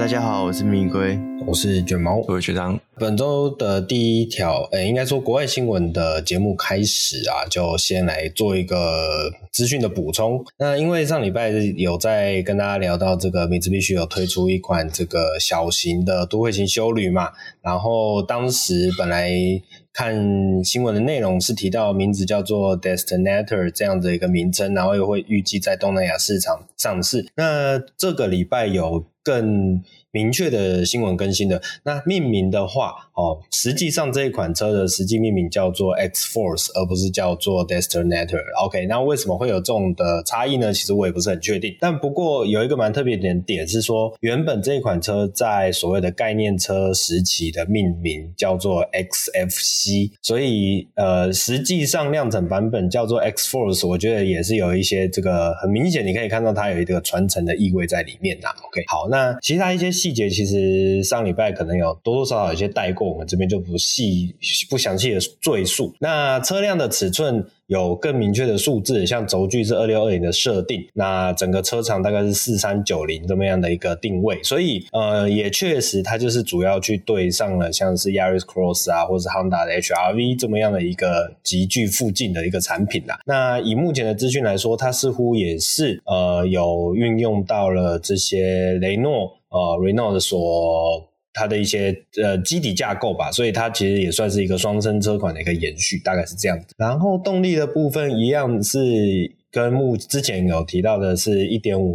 大家好，我是蜜龟， 我是卷毛， 各位学长。 本周的第一条，应该说国外新闻的节目开始啊，就先来做一个资讯的补充。那因为上礼拜有在跟大家聊到这个米兹必须有推出一款这个小型的都会型休旅嘛，然后当时本来看新闻的内容是提到名字叫做 Destinator 这样的一个名称，然后又会预计在东南亚市场上市。那这个礼拜有更明确的新闻更新的，那命名的话实际上这一款车的实际命名叫做 X-Force 而不是叫做 Destinator。 OK， 那为什么会有这种的差异呢？其实我也不是很确定，但不过有一个蛮特别的点是说，原本这一款车在所谓的概念车时期的命名叫做 XFC， 所以实际上量产版本叫做 X-Force， 我觉得也是有一些这个很明显你可以看到它有一个传承的意味在里面啦。 OK， 好，那其他一些细节其实上礼拜可能有多多少少有些带过，我们这边就不详细的赘述。那车辆的尺寸有更明确的数字，像轴距是2620的设定，那整个车长大概是4390这么样的一个定位，所以也确实它就是主要去对上了像是 Yaris Cross 啊或是 Honda 的 HR-V 这么样的一个极具附近的一个产品啦。那以目前的资讯来说，它似乎也是有运用到了这些雷诺Renault 它的一些基底架构吧，所以它其实也算是一个双生车款的一个延续，大概是这样子。然后动力的部分一样是跟之前有提到的是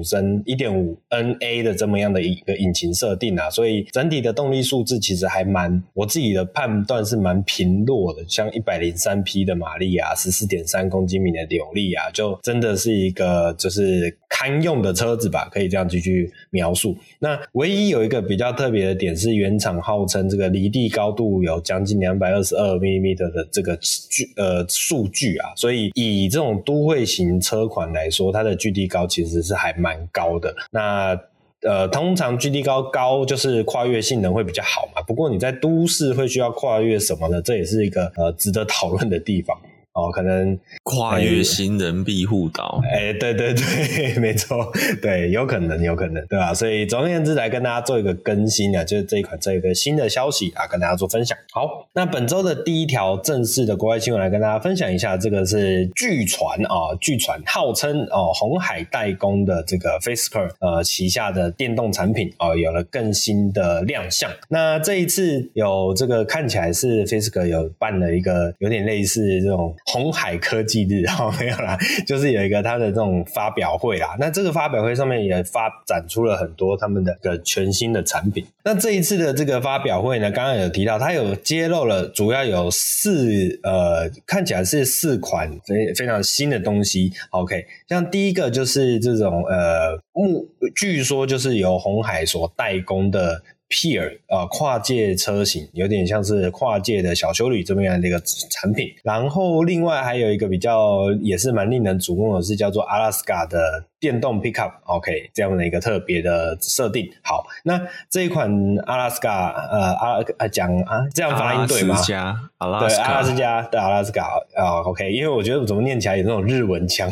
1.5 NA 的这么样的一个引擎设定啊，所以整体的动力数字其实还我自己的判断是蛮平弱的，像103匹的马力啊 14.3 公斤米的扭力啊，就真的是一个就是堪用的车子吧，可以这样继续描述。那唯一有一个比较特别的点是原厂号称这个离地高度有将近222mm 的这个数据啊，所以以这种都会型车款来说，它的距地高其实是还蛮高的。那通常距地高就是跨越性能会比较好嘛，不过你在都市会需要跨越什么呢？这也是一个值得讨论的地方。可能跨越行人庇护岛， 对，没错，对，有可能，对吧？所以总而言之，来跟大家做一个更新啊，就是这一款这个新的消息啊，跟大家做分享。好，那本周的第一条正式的国外新闻来跟大家分享一下，这个是据传号称鸿海代工的这个 Fisker 旗下的电动产品有了更新的亮相。那这一次有这个看起来是 Fisker 有办了一个有点类似这种鸿海科技日没有啦，就是有一个他的这种发表会啦。那这个发表会上面也发展出了很多他们的全新的产品。那这一次的这个发表会呢，刚刚有提到，它有揭露了主要有看起来是4款非常新的东西。OK， 像第一个就是这种据说就是由鸿海所代工的Peer 跨界车型，有点像是跨界的小休旅这么样的一个产品。然后另外还有一个比较也是蛮令人瞩目的是叫做 Alaska 的电动 Pickup， OK， 这样的一个特别的设定。好，那这一款 Alaska 这样发音对吗？对，阿拉斯加的 Alaska OK， 因为我觉得怎么念起来有那种日文腔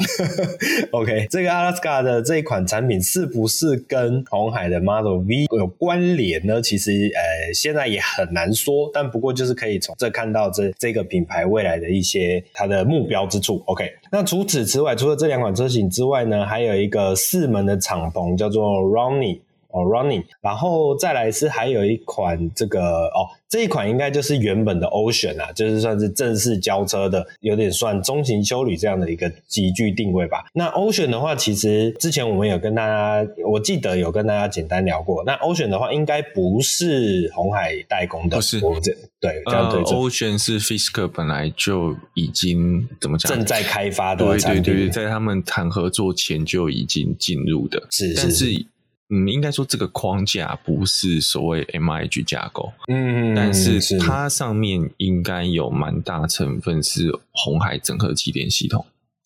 OK， 这个 Alaska 的这一款产品是不是跟鸿海的 Model V 有关联呢？其实现在也很难说，但不过就是可以从这看到这个品牌未来的一些它的目标之处。 OK， 那除此之外，除了这2款车型之外呢，还有一个4门的敞篷叫做 Running， 然后再来是还有一款这一款应该就是原本的 Ocean 啊，就是算是正式交车的，有点算中型休旅这样的一个极具定位吧。那 Ocean 的话，其实之前我们有跟大家，我记得有跟大家简单聊过。那 Ocean 的话，应该不是鸿海代工的， 不是， 对，这样对。 Ocean 是 Fisker 本来就已经怎么讲， 正在开发的产品， 对，在他们谈合作前就已经进入的，但是应该说这个框架不是所谓 MIH 架构，但是它上面应该有蛮大成分是鸿海整合气垫系统。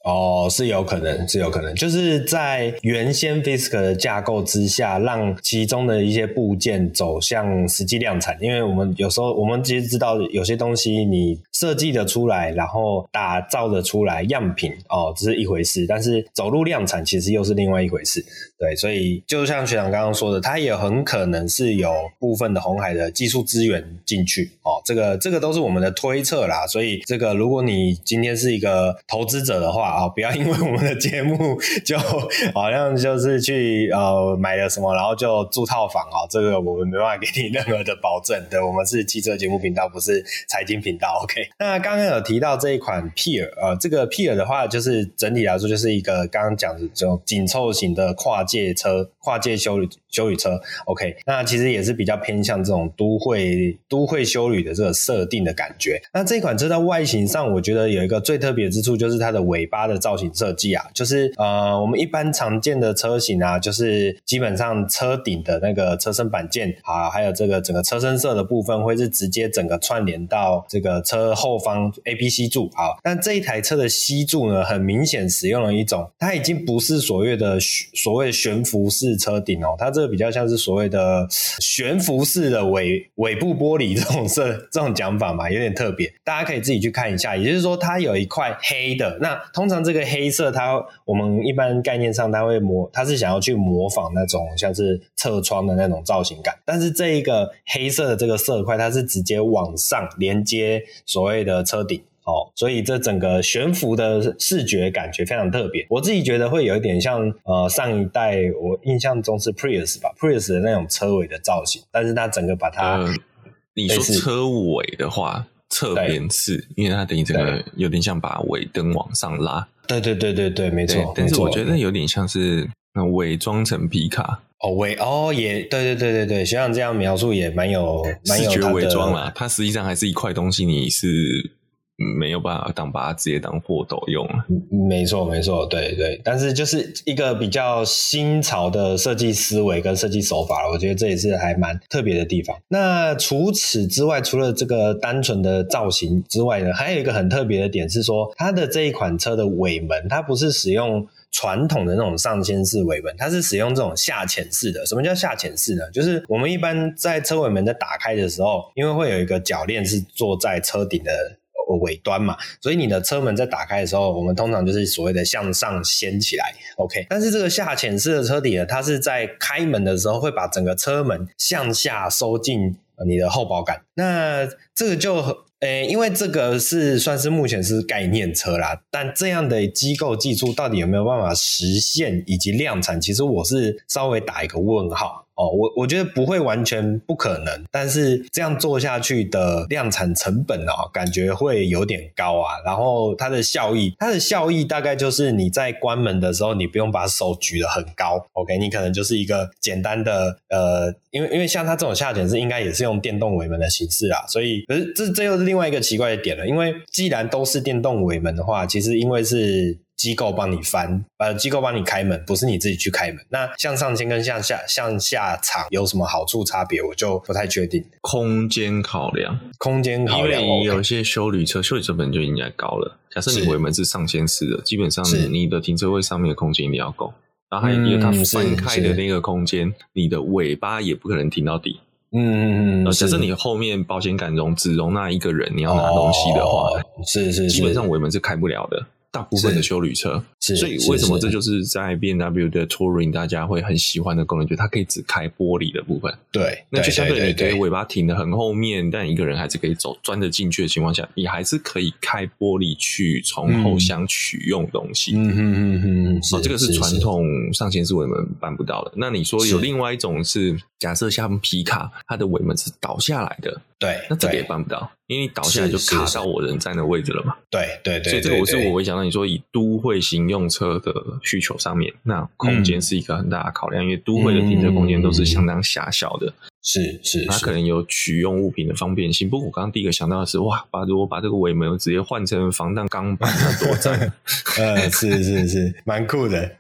是有可能，就是在原先 Fisker 的架构之下，让其中的一些部件走向实际量产。因为我们有时候我们其实知道有些东西你设计的出来，然后打造的出来样品这是一回事，但是走入量产其实又是另外一回事。对，所以就像学长刚刚说的，它也很可能是有部分的鸿海的技术资源进去这个都是我们的推测啦。所以这个如果你今天是一个投资者的话不要因为我们的节目就好像就是去买了什么然后就住套房这个我们没办法给你任何的保证。对，我们是汽车节目频道，不是财经频道。 OK， 那刚刚有提到这一款 Peer 这个 Peer 的话，就是整体来说就是一个刚刚讲的这种紧凑型的跨界休旅车。 OK， 那其实也是比较偏向这种都会休旅的这个设定的感觉。那这款车在外形上我觉得有一个最特别之处，就是它的尾巴的造型设计就是我们一般常见的车型就是基本上车顶的那个车身板件还有这个整个车身色的部分会是直接整个串联到这个车后方 APC 柱。但这一台车的 C 柱呢，很明显使用了一种，它已经不是所谓的悬浮式车顶它这个比较像是所谓的悬浮式的尾部玻璃这种讲法嘛，有点特别，大家可以自己去看一下。也就是说它有一块黑的，那通常这个黑色我们一般概念上它是想要去模仿那种像是侧窗的那种造型感，但是这一个黑色的这个色块它是直接往上连接所谓的车顶所以这整个悬浮的视觉感觉非常特别。我自己觉得会有一点像上一代我印象中是 Prius 吧 Prius 的那种车尾的造型，但是它整个把它你说车尾的话侧边是因为它等于整个有点像把尾灯往上拉。 对，没错。 但是我觉得有点像是伪装成皮卡也对，学长这样描述也蛮有视觉伪装啦，它实际上还是一块东西，你是没有办法把它直接当货斗用。 没错，对，但是就是一个比较新潮的设计思维跟设计手法，我觉得这也是还蛮特别的地方。那除此之外，除了这个单纯的造型之外呢，还有一个很特别的点是说，它的这一款车的尾门，它不是使用传统的那种上掀式尾门，它是使用这种下潜式的。什么叫下潜式呢？就是我们一般在车尾门在打开的时候，因为会有一个铰链是坐在车顶的尾端嘛，所以你的车门在打开的时候，我们通常就是所谓的向上掀起来 OK， 但是这个下潜式的车底呢，它是在开门的时候会把整个车门向下收进你的后保杆。那这个就因为这个算是目前是概念车啦，但这样的机构技术到底有没有办法实现以及量产，其实我是稍微打一个问号我觉得不会完全不可能，但是这样做下去的量产成本感觉会有点高然后它的效益大概就是你在关门的时候你不用把手举得很高 OK， 你可能就是一个简单的因为像它这种下潜式应该也是用电动尾门的形式所以可是这又是另外一个奇怪的点了。因为既然都是电动尾门的话，其实因为是机构帮你机构帮你开门，不是你自己去开门。那向上牵跟向下敞有什么好处差别，我就不太确定。 空间考量，因为有些休旅车本身就应该高了。假设你尾门是上掀式的，基本上你的停车位上面的空间一定要够，然后还有它翻开的那个空间，你的尾巴也不可能停到底。假设你后面保险杆只容纳一个人，你要拿东西的话，基本上尾门是开不了的。大部分的休旅车，所以为什么这就是在 BMW 的 Touring 大家会很喜欢的功能，就是它可以只开玻璃的部分。 对， 那就相对你可以尾巴停得很后面，但一个人还是可以钻得进去的情况下，你还是可以开玻璃去从后厢取用东西。这个是传统上掀式尾门办不到的。那你说有另外一种是，假设像皮卡，它的尾门是倒下来的， 对， 那这个也办不到。因为你倒下来就卡到我人站的位置了嘛。 对， 所以这个我会讲到你说以都会型用车的需求上面，那空间是一个很大的考量，因为都会的停车空间都是相当狭小的。 是， 它可能有取用物品的方便性。不过我刚刚第一个想到的是，如果把这个尾门直接换成防弹钢板，那多赞！ 是，蛮酷的。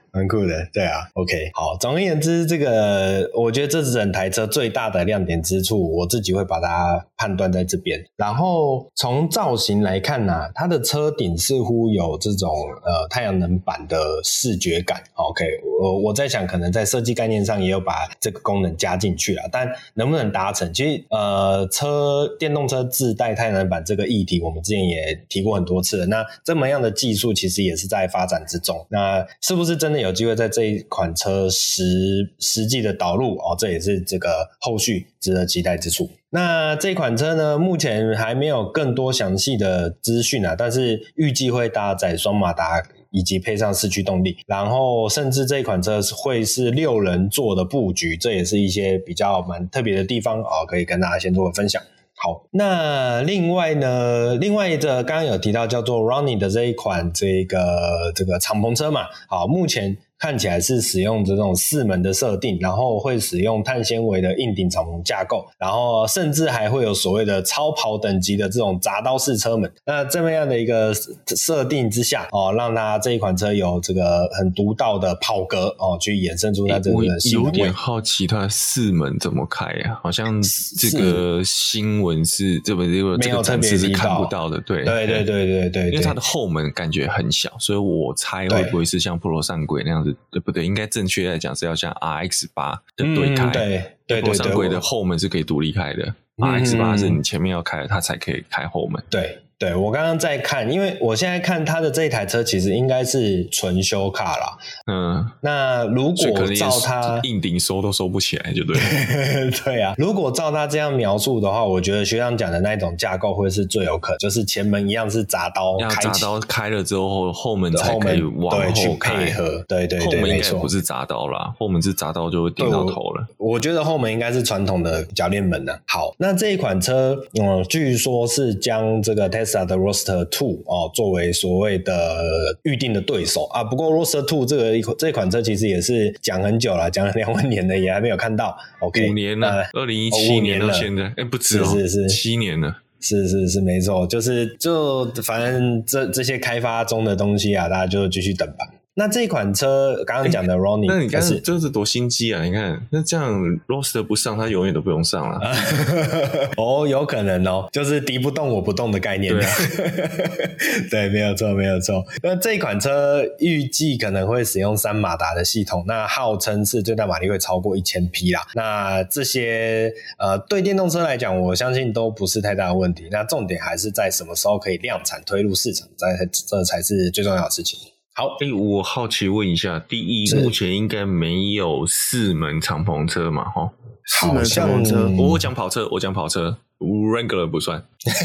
蛮酷的，对啊 ，OK， 好，总而言之，这个我觉得这整台车最大的亮点之处，我自己会把它判断在这边。然后从造型来看啊，它的车顶似乎有这种太阳能板的视觉感 ，OK， 我在想可能在设计概念上也有把这个功能加进去啦，但能不能达成，其实电动车自带太阳能板这个议题，我们之前也提过很多次了。那这么样的技术其实也是在发展之中，那是不是真的有机会在这一款车实际的导入这也是这个后续值得期待之处。那这款车呢，目前还没有更多详细的资讯啊，但是预计会搭载双马达以及配上4驱动力，然后甚至这款车会是6人座的布局，这也是一些比较蛮特别的地方可以跟大家先做个分享。好，那另外的刚刚有提到叫做 Ronin 的这一款这个敞篷车嘛，好，目前看起来是使用这种4门的设定，然后会使用碳纤维的硬顶敞篷架构，然后甚至还会有所谓的超跑等级的这种铡刀式车门。那这么样的一个设定之下让它这一款车有这个很独到的跑格去衍生出它这个性能。 我有点好奇它4门怎么开啊？好像这个新闻是这个展示是看不到的，对，因为它的后门感觉很小，所以我猜会不会是像 Pro 上轨那样子？不对，应该正确来讲是要像 RX8 的对开，对，Pro 上轨的后门是可以独立开的，RX8 是你前面要开的，它才可以开后门。 对，我刚刚在看，因为我现在看它的这一台车其实应该是纯修卡啦。那如果照它硬顶收都收不起来就对了。 对啊，如果照它这样描述的话，我觉得学长讲的那一种架构会是最有可能，就是前门一样是铡刀开启， 铡刀开了之后后门才可以往后去配合。对， 后门应该不是铡刀啦，后门是铡刀就会顶到头了。 我觉得后门应该是传统的铰链门啊。好，那这一款车据说是将这个 Tesla 的 Roadster 2作为所谓的预定的对手啊。不过 Roadster 2这款车其实也是讲很久了，讲了2万年了，也还没有看到。OK， 5年了，2017年到现在，不止是 7年了。 是没错，就反正这些开发中的东西啊，大家就继续等吧。那这款车刚刚讲的 Ronin， 那你看这是多心机啊！你看，那这样 Roadster 不上，他永远都不用上了。 有可能就是敌不动我不动的概念。对啊，对，没有错。那这款车预计可能会使用3马达的系统，那号称是最大马力会超过1000匹啦。那这些对电动车来讲，我相信都不是太大的问题。那重点还是在什么时候可以量产推入市场，这才是最重要的事情。好， 我好奇问一下，第一，目前应该没有4门敞篷车嘛 ？4门敞篷车， 我讲跑车 Wrangler 不算。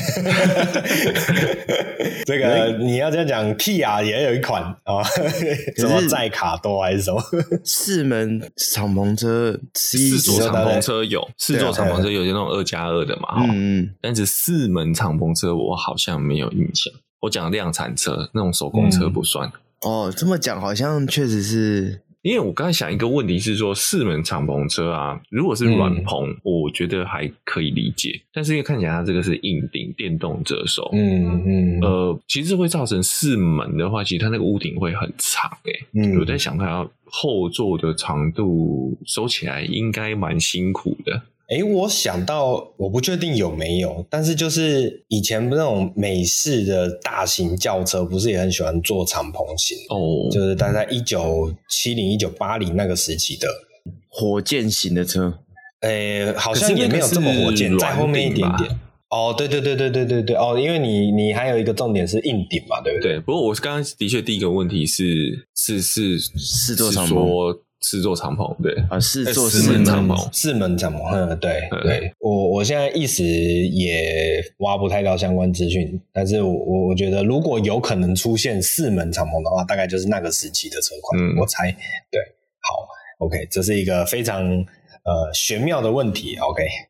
这个你要这样讲 Kia 也有一款什么载卡多还是什么 4门敞篷车 4座敞篷车有4座敞篷车有那种2+2的嘛但是4门敞篷车我好像没有印象。我讲量产车那种手工车不算。 这么讲好像确实是， 因为我刚才想一个问题是说4门敞篷车啊，如果是软棚我觉得还可以理解，但是因为看起来它这个是硬顶电动折手其实会造成4门的话，其实它那个屋顶会很长我在想它后座的长度收起来应该蛮辛苦的。 我想到我不确定有没有，但是就是以前那种美式的大型轿车不是也很喜欢做敞篷型就是大概1970 1980那个时期的火箭型的车好像也没有这么火箭，在后面一点点对因为你还有一个重点是硬顶嘛，对不对？ 对，不过我刚刚的确第一个问题是 4座敞篷 4座敞篷，对 4 门敞篷 ，4门敞篷，对。我现在一时也挖不太到相关资讯，但是我觉得如果有可能出现4门敞篷的话，大概就是那个时期的车款，我猜。对，好 ，OK， 这是一个非常玄妙的问题 ，OK。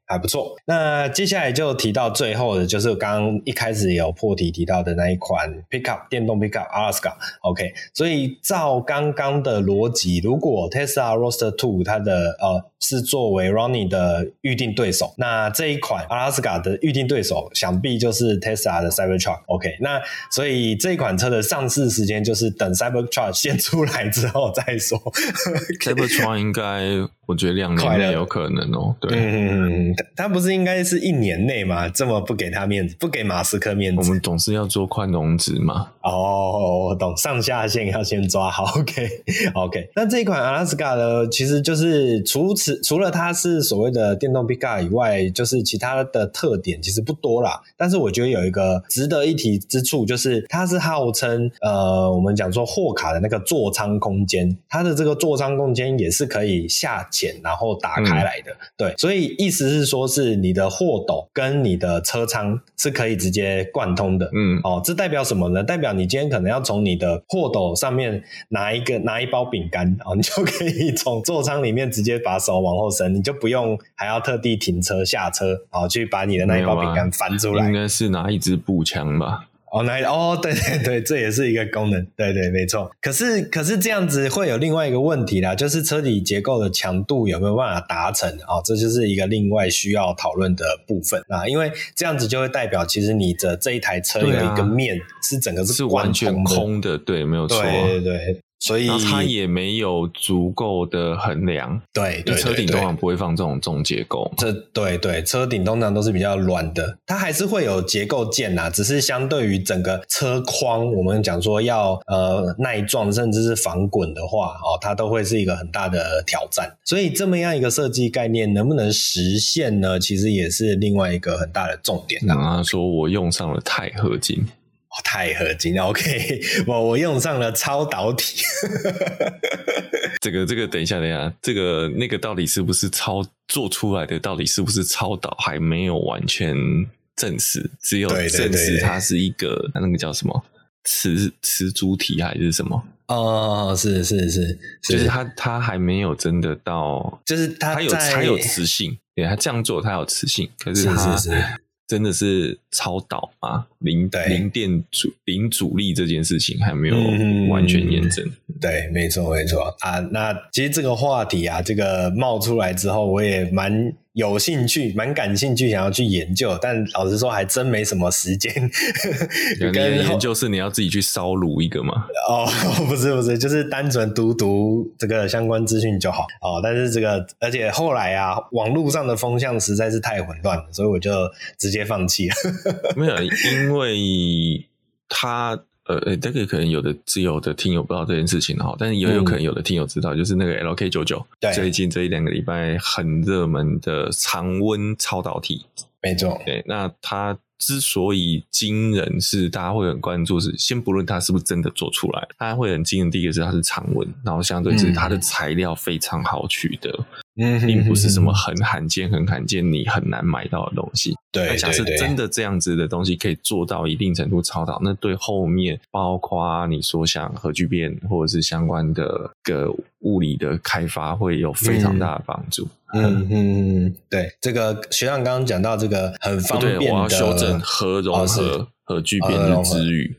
还不错。那接下来就提到最后的，就是刚刚一开始有破题提到的那一款 Pickup 电动 Pickup Alaska。 OK， 所以照刚刚的逻辑，如果 Tesla Roadster 2它的是作为 Ronnie 的预定对手，那这一款 Alaska 的预定对手想必就是 Tesla 的 Cybertruck。 OK， 那所以这一款车的上市时间就是等 Cybertruck 先出来之后再说。 Cybertruck 应该我觉得2年内有可能哦。对， 他不是应该是1年内吗？这么不给他面子，不给马斯克面子。 我们总是要做宽容值嘛。 我懂，上下限要先抓好。OK， 那这一款 Alaska 呢，其实就是除了它是所谓的电动 Pickup 以外，就是其他的特点其实不多啦。但是我觉得有一个值得一提之处，就是它是号称我们讲说货卡的那个座舱空间，它的这个座舱空间也是可以下潜然后打开来的。对，所以意思是说是你的货斗跟你的车舱是可以直接贯通的。这代表什么呢？代表你今天可能要从你的货斗上面拿一包饼干，你就可以从座舱里面直接把手往后伸，你就不用还要特地停车下车去把你的那一包饼干翻出来。 应该是拿一支步枪吧。 对，这也是一个功能。对，没错。可是这样子会有另外一个问题啦，就是车体结构的强度有没有办法达成这就是一个另外需要讨论的部分因为这样子就会代表其实你的这一台车有一个面是整个是完全空的。对，没有错。 对，所以它也没有足够的衡量。 对， 车顶通常不会放这种结构。 对，车顶通常都是比较软的，它还是会有结构件只是相对于整个车框，我们讲说要耐撞甚至是防滚的话它都会是一个很大的挑战。所以这么样一个设计概念能不能实现呢？其实也是另外一个很大的重点。 他说我用上了钛合金。 钛合金 OK， 我用上了超导体。 这个等一下，那个到底是不是做出来的，到底是不是超导还没有完全证实，只有证实它是一个那个叫什么磁珠体还是什么。 是， 就是它还没有真的到，就是它有磁性。对，它这样做它有磁性，可是它真的是超导吗？零阻力这件事情还没有完全验证。 对，没错那其实这个话题这个冒出来之后，我也蛮有兴趣，蛮感兴趣想要去研究，但老实说还真没什么时间。 你的研究是你要自己去烧卤一个吗？ 不是，就是单纯读这个相关资讯就好。但是这个而且后来网络上的风向实在是太混乱了，所以我就直接放弃了。 没有，因为他这个可能有的听友不知道这件事情但是也有可能有的听友知道，就是那个 LK99 最近这1-2个礼拜很热门的常温超导体。 没错。 对，那它之所以惊人是大家会很关注，是先不论它是不是真的做出来，大家会很惊人。第一个是它是常温，然后相对是它的材料非常好取得，并不是什么很罕见你很难买到的东西。 对， 假设真的这样子的东西可以做到一定程度超导，那对后面包括你说像核聚变或者是相关的物理的开发会有非常大的帮助。 对，这个学长刚刚讲到这个很方便的， 对，我要修正核融合、核聚变的之语。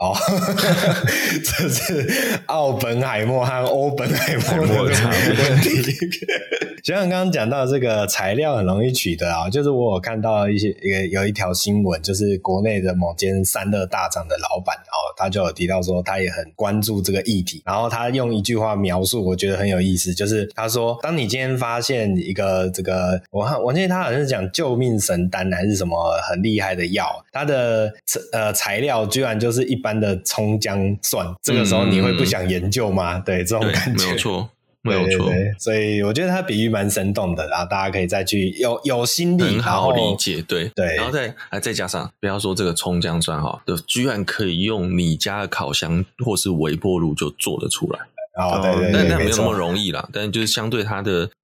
这是奥本海默和欧本海默的问题。学长刚刚讲到这个材料很容易取得就是我有看到有一条新闻，就是国内的某间散热大厂的老板他就有提到说他也很关注这个议题，然后他用一句话描述我觉得很有意思，就是他说当你今天发现一个这个我记得他好像是讲救命神丹还是什么很厉害的药，它的材料居然就是一般的葱姜蒜，这个时候你会不想研究吗？对，这种感觉没有错。 对，所以我觉得他比喻蛮生动的，然后大家可以再去有心力很好理解。对， 然后再加上不要说这个葱姜蒜居然可以用你家的烤箱或是微波炉就做得出来。 对， 但没有那么容易啦。但就是相对它的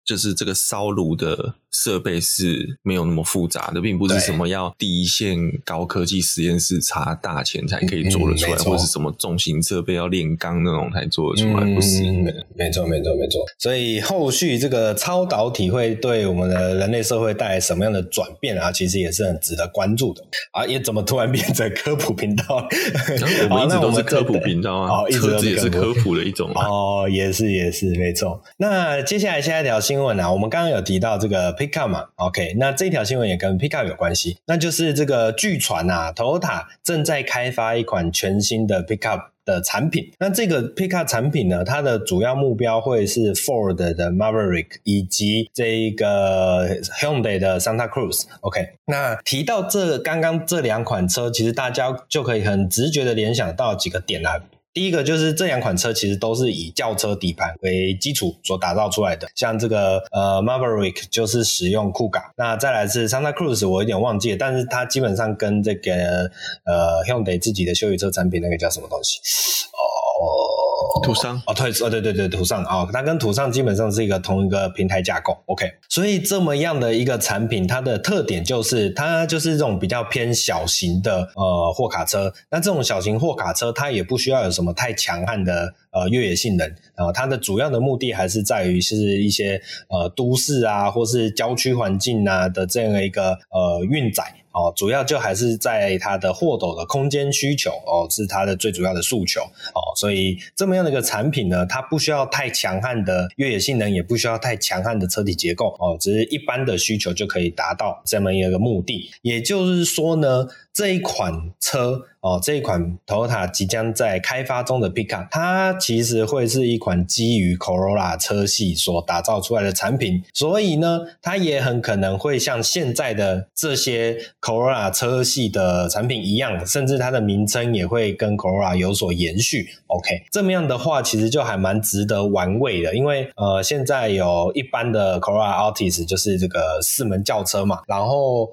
就是这个烧炉的设备是没有那么复杂的，并不是什么要第一线高科技实验室砸大钱才可以做得出来，或者是什么重型设备要炼钢那种才做得出来，不是？ 没错。所以后续这个超导体会对我们的人类社会带来什么样的转变啊？其实也是很值得关注的啊！也怎么突然变成科普频道？ 我们一直都是科普频道啊，车子也是科普的一种啊。 也是没错。那接下来下一条新闻啊，我们刚刚有提到这个 Pickup 嘛 ，OK， 那这条新闻也跟 Pickup 有关系，那就是这个据传啊 ，Toyota 正在开发一款全新的 Pickup的产品。那这个 Pickup 产品呢，它的主要目标会是 Ford 的 Maverick 以及这一个 Hyundai 的 Santa Cruz。OK， 那提到刚刚这两款车，其实大家就可以很直觉的联想到几个点啊。第一个就是这两款车其实都是以轿车底盘为基础所打造出来的，像这个Maverick 就是使用酷卡，那再来是 Santa Cruz 我有点忘记了，但是它基本上跟这个Hyundai 自己的休旅车产品那个叫什么东西途尚对，途尚它跟途尚基本上是同一个平台架构 OK， 所以这么样的一个产品，它的特点就是它就是这种比较偏小型的货卡车。那这种小型货卡车它也不需要有什么太强悍的越野性能它的主要的目的还是在于是一些都市啊或是郊区环境啊的这样的一个运载主要就还是在它的货斗的空间需求是它的最主要的诉求所以这么样的一个产品呢，它不需要太强悍的越野性能，也不需要太强悍的车体结构只是一般的需求就可以达到这么一个目的。也就是说呢，这一款车这一款 Toyota 即将在开发中的 Pickup， 它其实会是一款基于 Corolla 车系所打造出来的产品，所以呢，它也很可能会像现在的这些 Corolla 车系的产品一样，甚至它的名称也会跟 Corolla 有所延续。OK， 这么样的话其实就还蛮值得玩味的，因为现在有一般的 Corolla Altis 就是这个4门轿车嘛，然后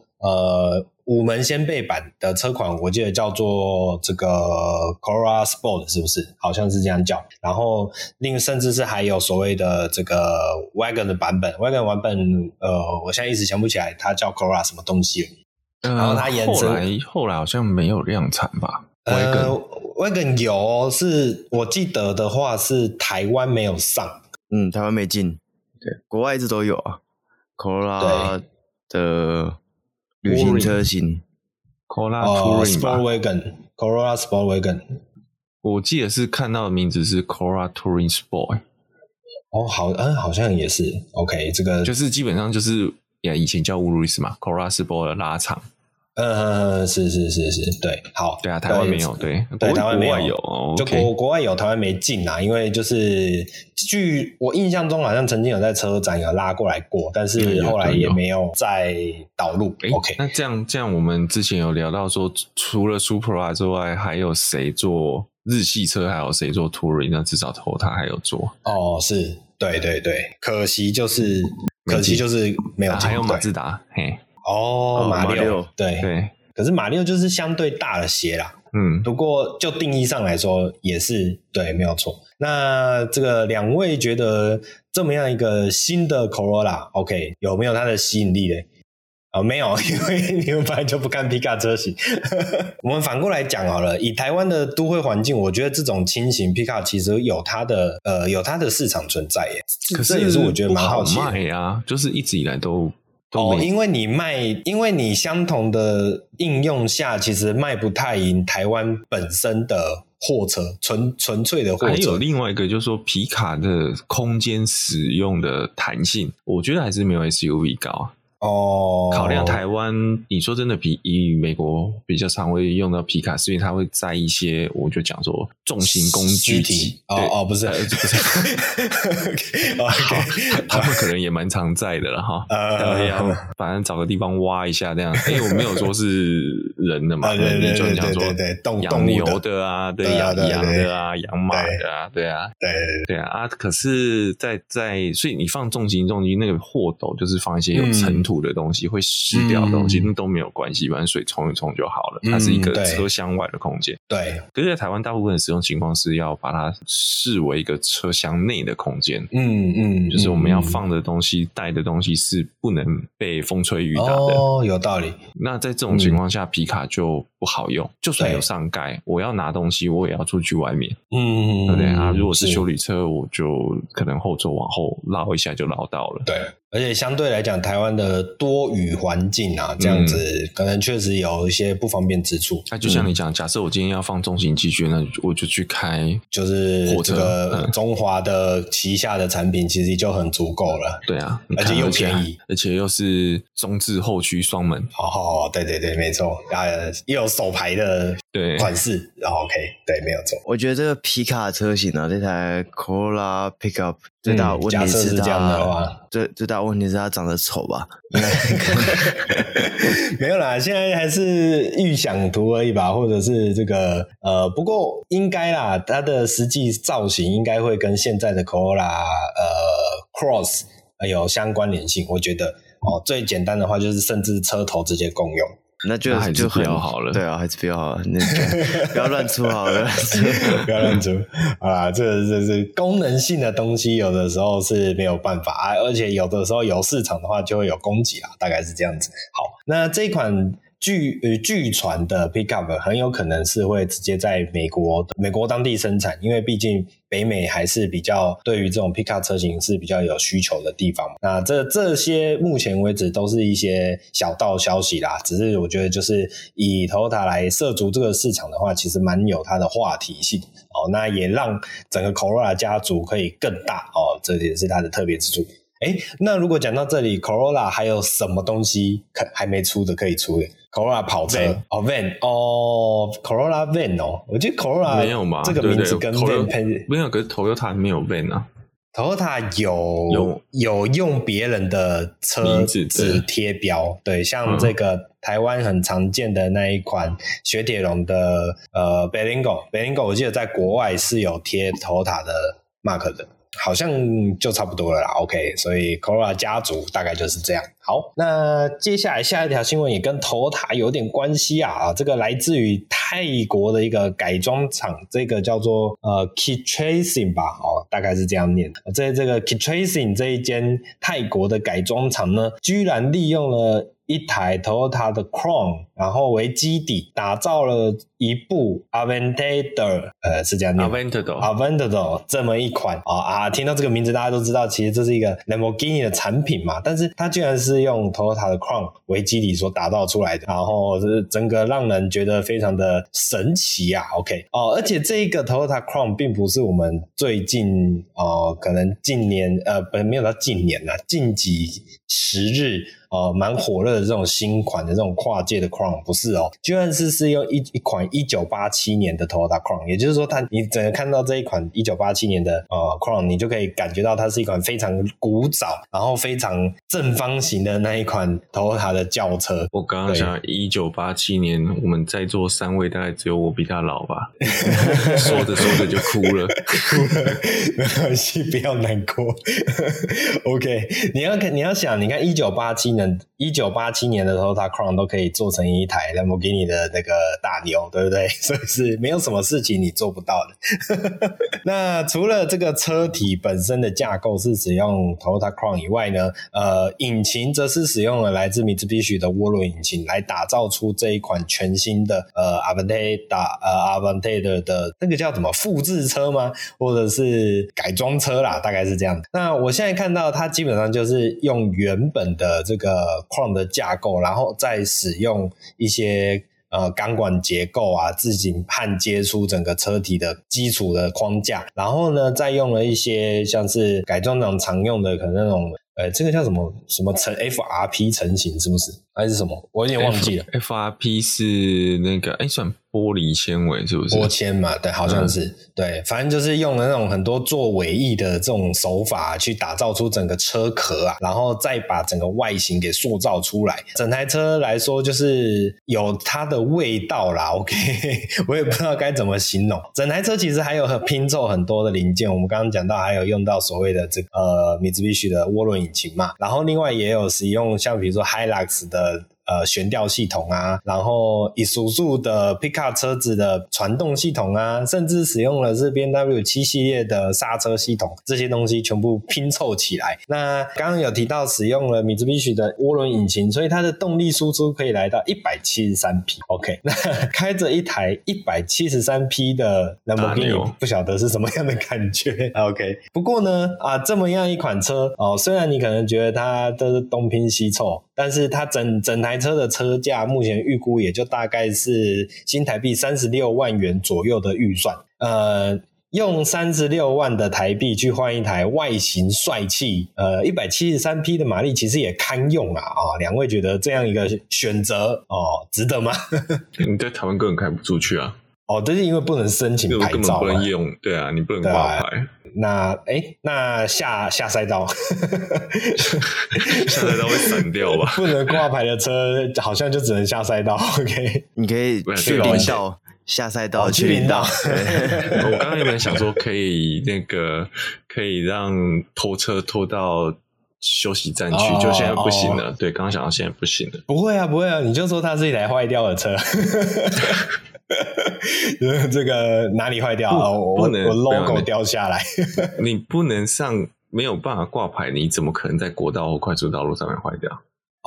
5门掀背版的车款我记得叫做这个 Corolla Sport 是不是？好像是这样叫。然后甚至是还有所谓的这个 Wagon 的版本， Wagon 版本我现在一时想不起来它叫 Corolla 什么东西了。然后它延伸后来好像没有量产吧。 Wagon 有是我记得的话是台湾没有上， 台湾没进，对，国外一直都有啊。Corolla 的旅行车型 Corolla Touring 吧 Corolla Sport Wagon 我记得是看到的名字是 Corolla Touring Sport 好像也是 OK， 这个就是基本上就是以前叫 Urus 嘛 Corolla Sport 的拉长是，对，好， 对啊，台湾没有，对， 台湾没有， 国外有， 就国外有，台湾没进啊，因为就是据我印象中好像曾经有在车展有拉过来过，但是后来也没有再导入。OK， 那这样我们之前有聊到说，除了 Supra 之外，还有谁做日系车，还有谁做 Touring？ 那至少Toyota还有做。 是，对，可惜就是没有进， 还有马自达，嘿。 马六对，可是马六就是相对大的鞋啦，不过就定义上来说也是对，没有错。那这个两位觉得这么样一个新的 Corolla OK 有没有它的吸引力嘞？没有，因为你们本来就不看 Pickup 车型。我们反过来讲好了，以台湾的都会环境，我觉得这种轻型 Pickup 其实有它的市场存在耶。 可是这也是我觉得蛮好奇的。 不好卖啊，就是一直以来都因为你相同的应用下，其实卖不太赢台湾本身的货车，纯粹的货车。 还有另外一个就是说，皮卡的空间使用的弹性，我觉得还是没有 SUV 高啊。考量台湾，你说真的以美国比较常会用到皮卡，是因为它会在一些我就讲说重型工具体不是他们可能也蛮常在的了哈。反正找个地方挖一下这样。我没有说是人的嘛，你就讲说养牛的啊，对，养羊的啊，养马的啊，对啊，对啊，可是在所以你放重型那个货斗就是放一些有尘土的东西，会湿掉的东西，那都没有关系，反正水冲一冲就好了，它是一个车厢外的空间。对，可是在台湾大部分的使用情况是要把它视为一个车厢内的空间，就是我们要放的东西、带的东西是不能被风吹雨打的。 哦，有道理。 那在这种情况下，皮卡就不好用，就算有上盖，我要拿东西，我也要出去外面。对不对啊？如果是休旅车，我就可能后座往后捞一下就捞到了。 对。而且相对来讲，台湾的多雨环境啊，这样子可能确实有一些不方便之处。 那就像你讲，假设我今天要放重型机具，那我就去开就是这个中华的旗下的产品，其实就很足够了。 对啊， 而且又便宜， 而且又是中置后驱双门。 哦，对，没错，又有手排的款式。OK， 对，没有错。 我觉得这个皮卡车型啊，这台 Corolla Pickup 最大的问题是这样的话， 最大的问题是它长得丑吧？ 没有啦，现在还是预想图而已吧，或者是这个不过应该啦，它的实际造型应该会跟现在的 Corolla Cross 有相关联性，我觉得最简单的话就是甚至车头直接共用。 那就还是比较好了， 对啊，还是比较好了。不要乱出好了， 不要乱出。好啦，这是功能性的东西，有的时候是没有办法，而且有的时候有市场的话就会有供给啦，大概是这样子。好，那这一款据传的 Pickup 很有可能是会直接在美国当地生产，因为毕竟北美还是比较对于这种 Pickup 车型是比较有需求的地方。那这些目前为止都是一些小道消息啦，只是我觉得就是以 Toyota 来涉足这个市场的话，其实蛮有它的话题性那也让整个 Corolla 家族可以更大这也是它的特别之处。那如果讲到这里 Corolla 还有什么东西还没出的可以出的？Corolla 跑车Van Corolla Van 我觉得 Corolla 没有嘛， 这个名字跟 Van 配没有，可是 Toyota 没有 Van 啊。 Toyota 有用别人的车子贴标，对，像这个台湾很常见的那一款雪铁龙的Berlingo 我记得在国外是有贴 Toyota 的 mark 的。好像就差不多了啦 OK， 所以 Corolla 家族大概就是这样。好，那接下来下一条新闻也跟 Toyota 有点关系这个来自于泰国的一个改装厂，这个叫做Kit Tracing 吧大概是这样念。这个 Kit Tracing 这一间泰国的改装厂呢，居然利用了一台 Toyota 的 Crown 然后为基底打造了一部 Aventador 是这样念 Aventador 这么一款听到这个名字大家都知道其实这是一个 Lamborghini 的产品嘛，但是它居然是用 Toyota 的 Crown 为基底所打造出来的，然后整个让人觉得非常的神奇OK 而且这一个 Toyota Crown 并不是我们最近可能近年没有到近年啦，近几十日蛮火热的这种新款的这种跨界的 Crown 不是居然是用一款1987年的 Toyota Crown， 也就是说你整个看到这一款1987年的Crown， 你就可以感觉到它是一款非常古早然后非常正方形的那一款 Toyota 的轿车。 我刚刚想1987年我们在座3位大概只有我比他老吧说着就哭了没关系，不要难过OK， 你要想你看1987年的 Toyota Crown 都可以做成一台 Lamborghini 的那个大牛，对不对？所以是没有什么事情你做不到的那除了这个车体本身的架构是使用 Toyota Crown 以外呢引擎则是使用了来自 Mitsubishi 的涡轮引擎来打造出这一款全新的Aventador 的那个叫什么复制车吗？或者是改装车啦，大概是这样。那我现在看到它基本上就是用原本的这个 Crown 的架构，然后再使用一些钢管结构自行焊接出整个车体的基础的框架，然后呢再用了一些像是改装厂常用的可能那种这个叫什么FRP 成型是不是？还是什么？我有点忘记了。 FRP 是那个算玻璃纤维是不是？ 玻纤嘛，对，好像是、对，反正就是用了那种很多做尾翼的这种手法去打造出整个车壳啊，然后再把整个外形给塑造出来。整台车来说就是有它的味道啦 ，OK， 我也不知道该怎么形容。整台车其实还有拼凑很多的零件，我们刚刚讲到还有用到所谓的这个Mitsubishi 的涡轮引擎嘛，然后另外也有使用像比如说 Hilux 的悬吊系统啊，然后Isuzu 的 Pickup 车子的传动系统啊，甚至使用了是 BMW 7系列的刹车系统，这些东西全部拼凑起来。那刚刚有提到使用了 Mitsubishi 的涡轮引擎，所以它的动力输出可以来到173匹。OK， 那开着一台173匹的 Lamborghini， 不晓得是什么样的感觉。OK， 不过呢，这么样一款车虽然你可能觉得它都是东拼西凑，但是它整台车的车价目前预估也就大概是新台币36万元左右的预算。用36万的台币去换一台外形帅气173匹的马力，其实也堪用啊。两位觉得这样一个选择值得吗？ 你在台湾根本开不出去啊。 这是因为不能申请牌照，根本不能用。对啊，你不能挂牌。 那下赛道下赛道会散掉吧？ 不能挂牌的车好像就只能下赛道。OK， 你可以去领道，下赛道去领道。 我刚刚有没有想说可以让拖车拖到休息站去，就现在不行了。对，刚刚想到现在不行了。 不会啊，你就说它是一台坏掉的车。这个哪里坏掉？我 logo 掉下来。 你不能没有办法挂牌，你怎么可能在国道或快速道路上面坏掉？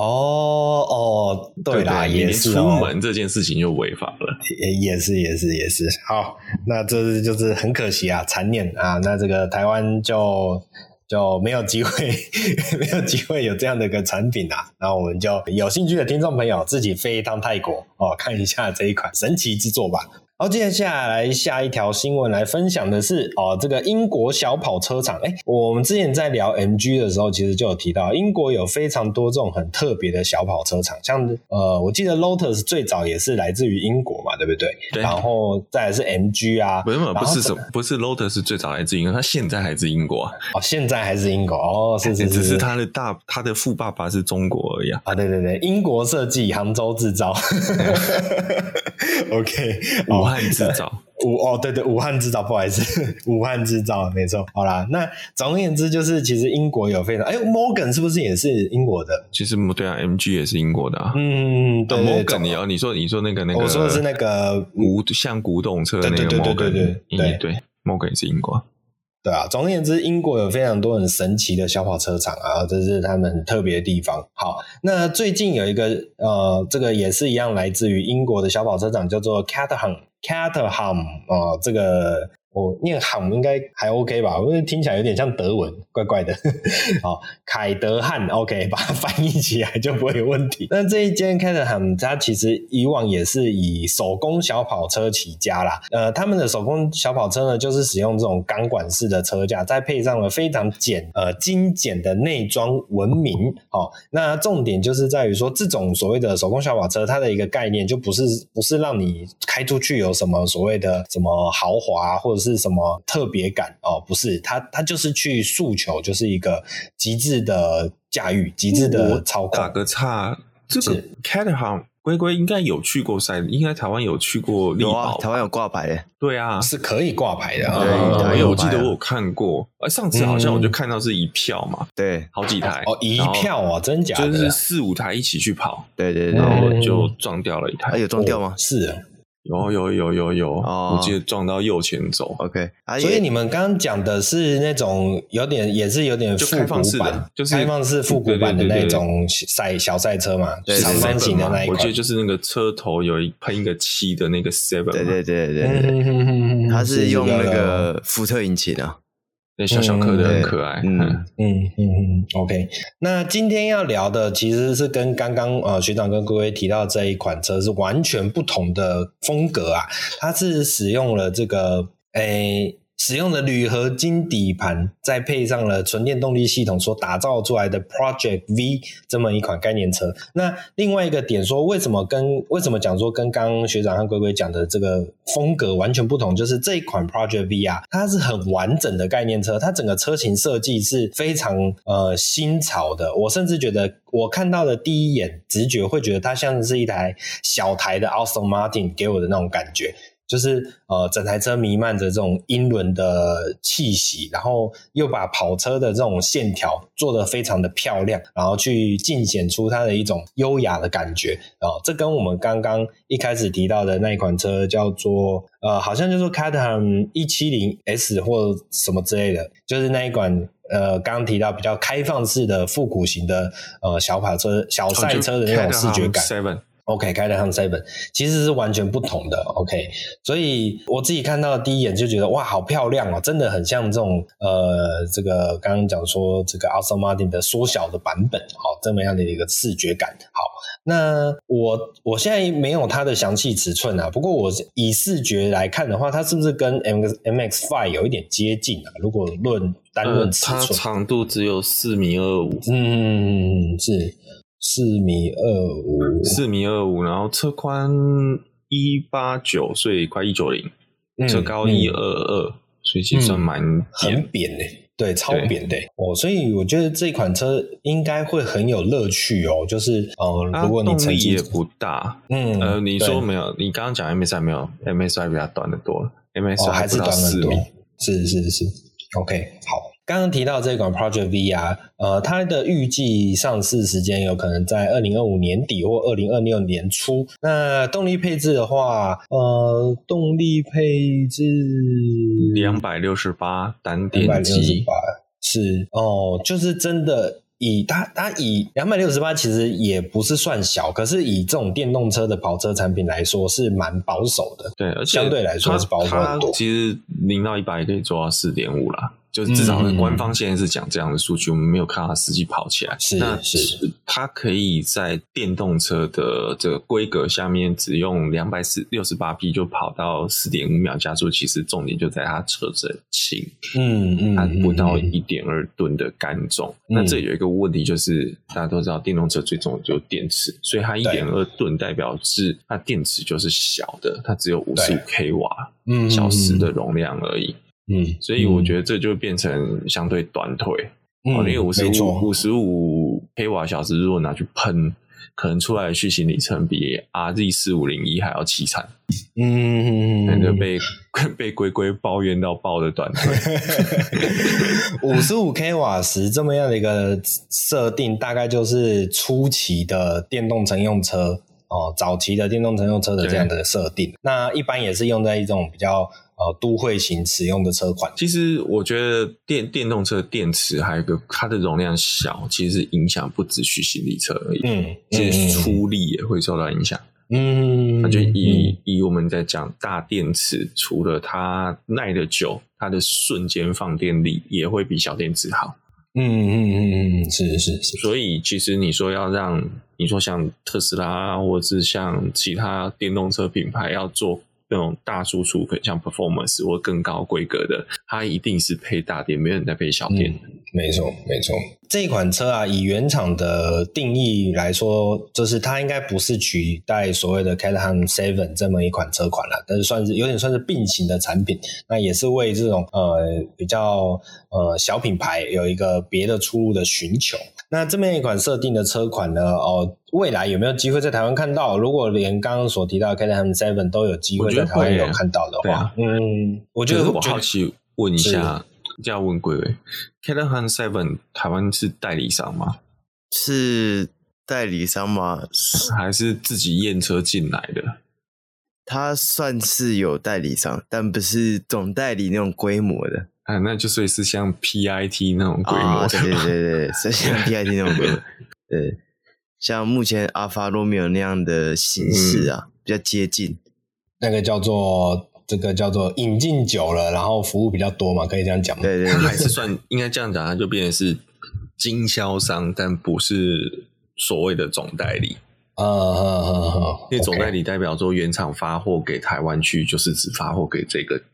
对啦，也是出门这件事情就违法了。 也是。好，那这就是很可惜啊，残念啊。那这个台湾就没有机会有这样的一个产品啊。然后我们就有兴趣的听众朋友自己飞一趟泰国看一下这一款神奇之作吧。好，接下来下一条新闻来分享的是这个英国小跑车厂。我们之前在聊 MG 的时候其实就有提到英国有非常多这种很特别的小跑车厂，像我记得 Lotus 最早也是来自于英国嘛，对不对？ 对。 然后再来是 MG 啊， 不是 Lotus 最早来自英国，它现在还是英国啊。 现在还是英国是， 只是他的富爸爸是中国而已啊。 对，英国设计，杭州制造。OK， 武汉制造。 对，武汉制造，不好意思，武汉制造，没错。好啦，那总而言之就是其实英国有非常Morgan 是不是也是英国的？ 其实对啊 MG 也是英国的啊。 对。 Morgan 你说那个我说的是那个像古董车的那个 Morgan， 对 Morgan 也是英国。 对啊，总而言之，英国有非常多很神奇的小跑车厂啊，这是他们很特别的地方。好，那最近有一个这个也是一样来自于英国的小跑车厂，叫做 Caterham， 这个我念行应该还 OK 吧，因为听起来有点像德文，怪怪的。好，凯德汉 OK， 把它翻译起来就不会有问题。那这一间 Caterham 它其实以往也是以手工小跑车起家啦。他们的手工小跑车呢，就是使用这种钢管式的车架，再配上了非常精简的内装文明。那重点就是在于说，这种所谓的手工小跑车，它的一个概念就不是让你开出去有什么所谓的什么豪华或者是什么特别感不是，它就是去诉求就是一个极致的驾驭，极致的操控。 打个岔，这个 Caterham 龟龟应该有去过赛，应该台湾有去过力宝， 台湾有挂牌的。 对啊， 是可以挂牌的。 对，我记得我有看过，上次好像我就看到是一票嘛， 对， 好几台一票真假的， 就是4-5台一起去跑， 对， 然后就撞掉了一台。 有撞掉吗？ 是有，我记得撞到右前轴。 OK， 所以你们刚刚讲的是那种也是有点复古版，就是开放式复古版的那种小赛车嘛，长方形的那一款。 我记得就是那个车头有喷一个7的那个 7， 对，它是用那个福特引擎啊。 小小颗的很可爱。 OK， 那今天要聊的其实是跟刚刚学长跟各位提到这一款车是完全不同的风格啊，它是使用了这个使用了铝合金底盘，再配上了纯电动力系统所打造出来的 Project V 这么一款概念车。那另外一个点说，为什么讲说跟刚刚学长和龟龟讲的这个风格完全不同，就是这一款 Project V 啊，它是很完整的概念车，它整个车型设计是非常新潮的。我甚至觉得我看到的第一眼直觉会觉得它像是一台小台的 Aston Martin 给我的那种感觉，就是整台车弥漫着这种英伦的气息，然后又把跑车的这种线条做得非常的漂亮，然后去尽显出它的一种优雅的感觉。这跟我们刚刚一开始提到的那一款车叫做好像叫做 Caterham 170S 或什么之类的，就是那一款刚刚提到比较开放式的复古型的小跑车、小赛车的那种视觉感。OK， Caterham 7其实是完全不同的。OK， 所以我自己看到的第一眼就觉得哇，好漂亮哦，真的很像这种这个刚刚讲说这个 Aston Martin 的缩小的版本，好，这么样的一个视觉感。好，那我现在没有它的详细尺寸啊，不过我以视觉来看的话，它是不是跟 MX-5 有一点接近啊？如果单论尺寸， 它长度只有4.25 米，是。4.25米， 然后车宽189，所以快190，车高122，所以其实算蛮很扁的，对，超扁的所以我觉得这款车应该会很有乐趣哦。就是如果你动力也不大，你说没有？你刚刚讲 MSI 没有 ，MSI 比较短的多了，MSI 还是短很多，是 ，OK， 好。刚刚提到这款 Project V 啊，它的预计上市时间有可能在2025年底或2026年初。那动力配置的话，动力配置 268单电机， 是就是真的。它以268其实也不是算小，可是以这种电动车的跑车产品来说是蛮保守的。 对，而且相对来说是保守很多。 它其实0到100也可以做到 4.5 啦。就是至少官方现在是讲这样的数据，我们没有看到它实际跑起来。 是， 它可以在电动车的这个规格下面，只用268匹就跑到 4.5 秒加速。其实重点就在它车子很轻，它不到 1.2 吨的干重。那这有一个问题，就是大家都知道电动车最重的就是电池，所以它 1.2 吨代表是它电池就是小的，它只有55 kW 小时的容量而已。所以我觉得这就变成相对短腿，因为55 kW 小时如果拿去喷，可能出来的续行里程比 RZ4501 还要凄惨。那个被龟龟抱怨到爆的短腿。 55 kW 时这么样的一个设定，大概就是初期的电动乘用车早期的电动乘用车的这样的设定。那一般也是用在一种比较都会型使用的车款。 其实我觉得电动车电池还有一个它的容量小，其实影响不止续行里程而已，其实出力也会受到影响。那就以我们在讲大电池，除了它耐得久，它的瞬间放电力也会比小电池好。 是。 所以其实你说你说像特斯拉或者是像其他电动车品牌要做那种大输出，像 performance 或更高规格的，它一定是配大电，没有人在配小电。 没错。这一款车啊，以原厂的定义来说，就是它应该不是取代所谓的 Caterham 7这么一款车款啦，但是有点算是并行的产品。那也是为这种比较小品牌有一个别的出路的寻求。那这么一款设定的车款呢，未来有没有机会在台湾看到？如果连刚刚所提到的 Caterham 7都有机会在台湾有看到的话，我觉得我好奇问一下，这样问贵贵 ，Caterham 7台湾是代理商吗？ 是代理商吗？ 还是自己验车进来的？ 它算是有代理商，但不是总代理那种规模的。 那就所以是像 PIT 那种规模的， 对，是像 PIT 那种规模。对，像目前阿法罗密欧那样的形式啊，比较接近。 那个叫做引进久了，然后服务比较多嘛，可以这样讲吗？ 对， 它还是算应该这样讲，它就变成是经销商，但不是所谓的总代理。因为总代理代表说原厂发货给台湾去，就是只发货给这个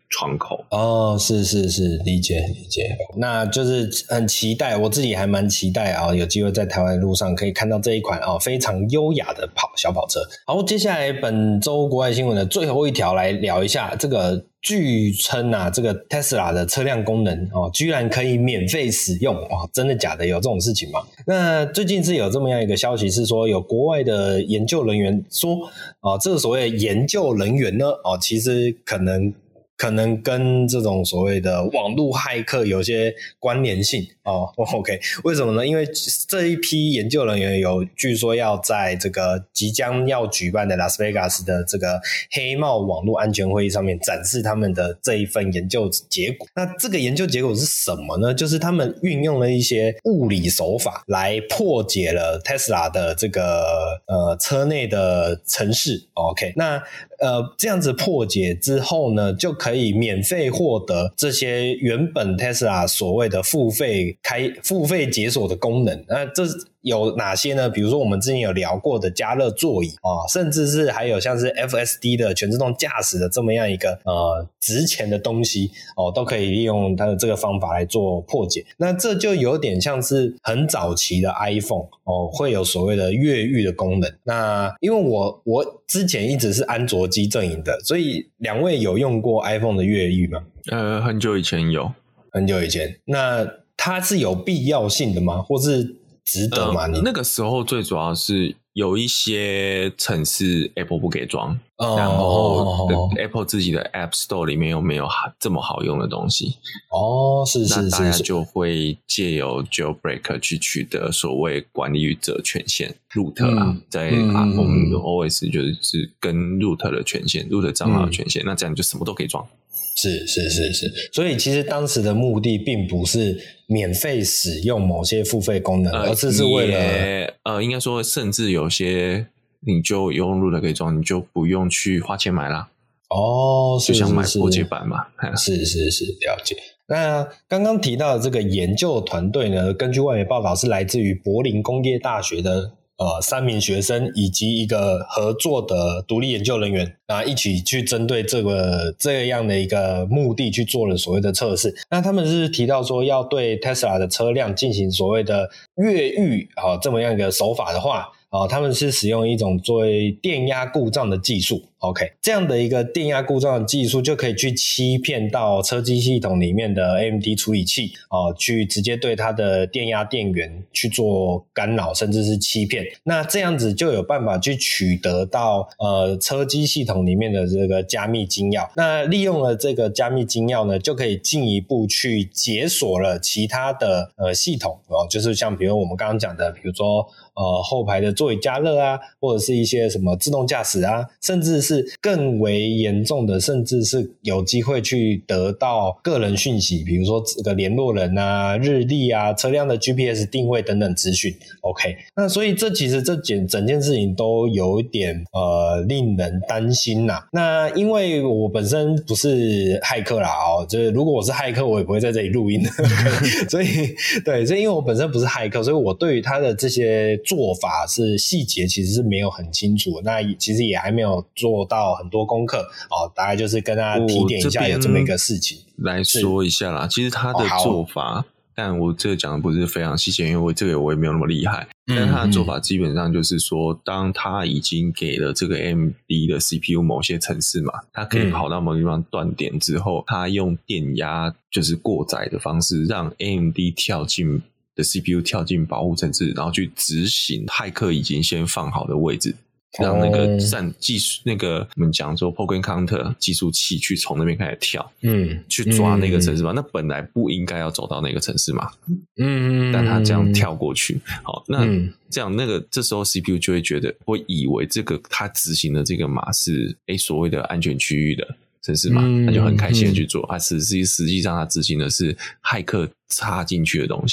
窗口。 哦，是，理解。那就是很期待，我自己还蛮期待啊，有机会在台湾的路上可以看到这一款非常优雅的小跑车。好，接下来本周国外新闻的最后一条来聊一下这个。据称这个 Tesla 的车辆功能居然可以免费使用真的假的？有这种事情吗？那最近是有这么样一个消息，是说有国外的研究人员说这个所谓的研究人员呢其实可能跟这种所谓的网络骇客有些关联性OK， 为什么呢？因为这一批研究人员据说要在这个即将要举办的拉斯维加斯的这个黑帽网络安全会议上面展示他们的这一份研究结果。那这个研究结果是什么呢？就是他们运用了一些物理手法来破解了 Tesla 的这个车内的程式 OK， 那这样子破解之后呢，就可以免费获得这些原本 Tesla 所谓的付费解锁的功能。那这有哪些呢？比如说我们之前有聊过的加热座椅甚至是还有像是 FSD 的全自动驾驶的这么样一个值钱的东西都可以利用它的这个方法来做破解。那这就有点像是很早期的 iPhone 会有所谓的越狱的功能。那因为我之前一直是安卓机阵营的，所以两位有用过 iPhone 的越狱吗？ 很久以前有。 很久以前。那它是有必要性的吗？或是值得吗？ 那个时候最主要是有一些程式 Apple 不给装，然后 Apple 自己的 App Store 里面又没有这么好用的东西。 是， 那大家就会借由 Jailbreak 去取得所谓管理者权限 root 在 iPhone 的 OS 就是跟 root 的权限 root 账号的权限，那这样就什么都可以装。 是，所以其实当时的目的并不是免费使用某些付费功能，而是为了应该说甚至有些你就用 root 可以装，你就不用去花钱买啦。 就像买破解版嘛。 是，了解。那刚刚提到的这个研究团队呢，根据外媒报道是来自于柏林工业大学的3名学生以及一个合作的独立研究人员一起去针对这样的一个目的去做了所谓的测试。那他们是提到说要对 Tesla 的车辆进行所谓的越狱这么样一个手法的话他们是使用一种作为电压故障的技术 OK， 这样的一个电压故障的技术就可以去欺骗到车机系统里面的 AMD 处理器去直接对它的电压电源去做干扰甚至是欺骗。那这样子就有办法去取得到车机系统里面的这个加密金钥。那利用了这个加密金钥呢，就可以进一步去解锁了其他的系统就是像比如我们刚刚讲的，比如说后排的座椅加热或者是一些什么自动驾驶甚至是更为严重的，甚至是有机会去得到个人讯息，比如说这个联络人日历车辆的 GPS 定位等等资讯 OK。 那所以这其实整件事情都有一点令人担心那因为我本身不是骇客啦就是如果我是骇客我也不会在这里录音所以因为我本身不是骇客，所以我对于他的这些做法是细节其实是没有很清楚，那其实也还没有做到很多功课大概就是跟大家提点一下有这么一个事情来说一下啦。其实他的做法但我这个讲的不是非常细节，因为这个我也没有那么厉害但他的做法基本上就是说，当他已经给了这个 AMD 的 CPU 某些程式嘛，他可以跑到某个地方断点之后他用电压就是过载的方式让 AMD 的 CPU 跳进保护程式，然后去执行骇客已经先放好的位置，让那个技术那个我们讲说 Poker Counter 计数器去从那边开始跳去抓那个程式嘛，那本来不应该要走到那个程式嘛但他这样跳过去好，那这样这时候 CPU 就会以为这个他执行的这个码是所谓的安全区域的程式码，他就很开心的去做实际上他执行的是骇客插进去的东西